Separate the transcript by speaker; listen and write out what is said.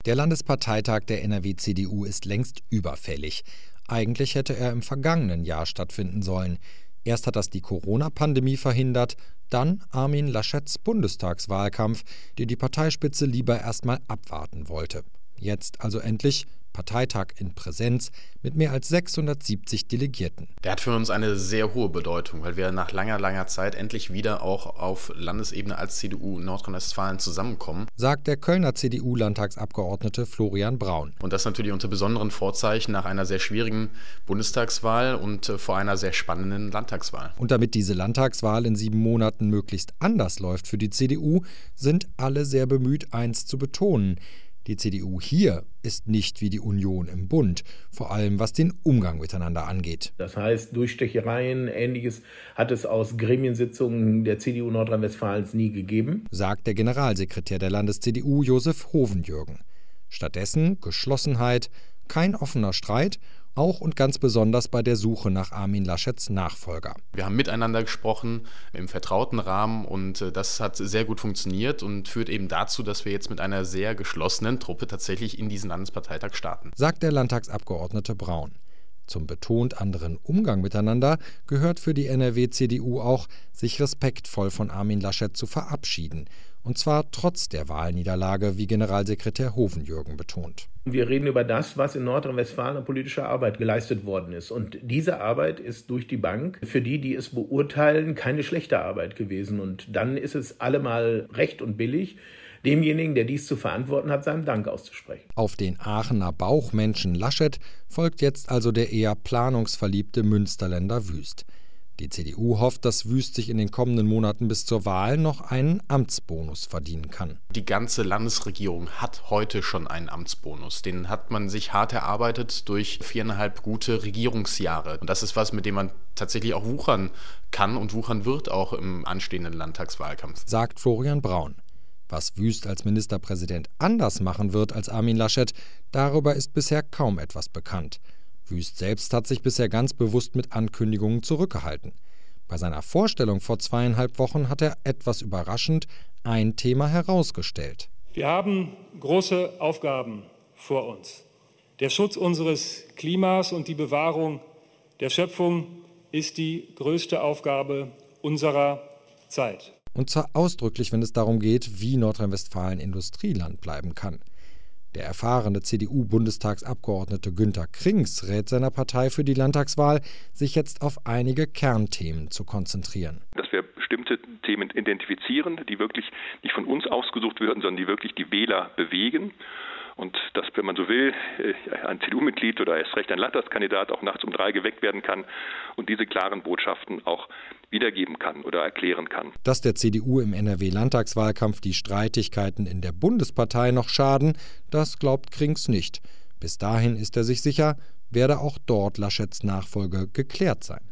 Speaker 1: Der Landesparteitag der NRW-CDU ist längst überfällig. Eigentlich hätte er im vergangenen Jahr stattfinden sollen. Erst hat das die Corona-Pandemie verhindert, dann Armin Laschets Bundestagswahlkampf, den die Parteispitze lieber erstmal abwarten wollte. Jetzt also endlich Parteitag in Präsenz mit mehr als 670 Delegierten.
Speaker 2: Der hat für uns eine sehr hohe Bedeutung, weil wir nach langer Zeit endlich wieder auch auf Landesebene als CDU Nordrhein-Westfalen zusammenkommen,
Speaker 1: sagt der Kölner CDU-Landtagsabgeordnete Florian Braun.
Speaker 2: Und das natürlich unter besonderen Vorzeichen nach einer sehr schwierigen Bundestagswahl und vor einer sehr spannenden Landtagswahl.
Speaker 1: Und damit diese Landtagswahl in 7 Monaten möglichst anders läuft für die CDU, sind alle sehr bemüht, eins zu betonen: Die CDU hier ist nicht wie die Union im Bund, vor allem was den Umgang miteinander angeht.
Speaker 3: Das heißt, Durchstechereien, Ähnliches hat es aus Gremiensitzungen der CDU Nordrhein-Westfalens nie gegeben,
Speaker 1: sagt der Generalsekretär der Landes-CDU Josef Hovenjürgen. Stattdessen Geschlossenheit, kein offener Streit, auch und ganz besonders bei der Suche nach Armin Laschets Nachfolger.
Speaker 2: Wir haben miteinander gesprochen im vertrauten Rahmen und das hat sehr gut funktioniert und führt eben dazu, dass wir jetzt mit einer sehr geschlossenen Truppe tatsächlich in diesen Landesparteitag starten,
Speaker 1: sagt der Landtagsabgeordnete Braun. Zum betont anderen Umgang miteinander gehört für die NRW-CDU auch, sich respektvoll von Armin Laschet zu verabschieden. Und zwar trotz der Wahlniederlage, wie Generalsekretär Hovenjürgen betont.
Speaker 3: Wir reden über das, was in Nordrhein-Westfalen an politischer Arbeit geleistet worden ist. Und diese Arbeit ist durch die Bank für die, die es beurteilen, keine schlechte Arbeit gewesen. Und dann ist es allemal recht und billig, demjenigen, der dies zu verantworten hat, seinen Dank auszusprechen.
Speaker 1: Auf den Aachener Bauchmenschen Laschet folgt jetzt also der eher planungsverliebte Münsterländer Wüst. Die CDU hofft, dass Wüst sich in den kommenden Monaten bis zur Wahl noch einen Amtsbonus verdienen kann.
Speaker 2: Die ganze Landesregierung hat heute schon einen Amtsbonus. Den hat man sich hart erarbeitet durch 4,5 gute Regierungsjahre. Und das ist was, mit dem man tatsächlich auch wuchern kann und wuchern wird, auch im anstehenden Landtagswahlkampf,
Speaker 1: sagt Florian Braun. Was Wüst als Ministerpräsident anders machen wird als Armin Laschet, darüber ist bisher kaum etwas bekannt. Wüst selbst hat sich bisher ganz bewusst mit Ankündigungen zurückgehalten. Bei seiner Vorstellung vor 2,5 Wochen hat er etwas überraschend ein Thema herausgestellt.
Speaker 4: Wir haben große Aufgaben vor uns. Der Schutz unseres Klimas und die Bewahrung der Schöpfung ist die größte Aufgabe unserer Zeit.
Speaker 1: Und zwar ausdrücklich, wenn es darum geht, wie Nordrhein-Westfalen Industrieland bleiben kann. Der erfahrene CDU-Bundestagsabgeordnete Günter Krings rät seiner Partei für die Landtagswahl, sich jetzt auf einige Kernthemen zu konzentrieren.
Speaker 5: Dass wir bestimmte Themen identifizieren, die wirklich nicht von uns ausgesucht werden, sondern die wirklich die Wähler bewegen. Und dass, wenn man so will, ein CDU-Mitglied oder erst recht ein Landtagskandidat auch nachts um 3 geweckt werden kann und diese klaren Botschaften auch wiedergeben kann oder erklären kann.
Speaker 1: Dass der CDU im NRW-Landtagswahlkampf die Streitigkeiten in der Bundespartei noch schaden, das glaubt Krings nicht. Bis dahin ist er sich sicher, werde auch dort Laschets Nachfolge geklärt sein.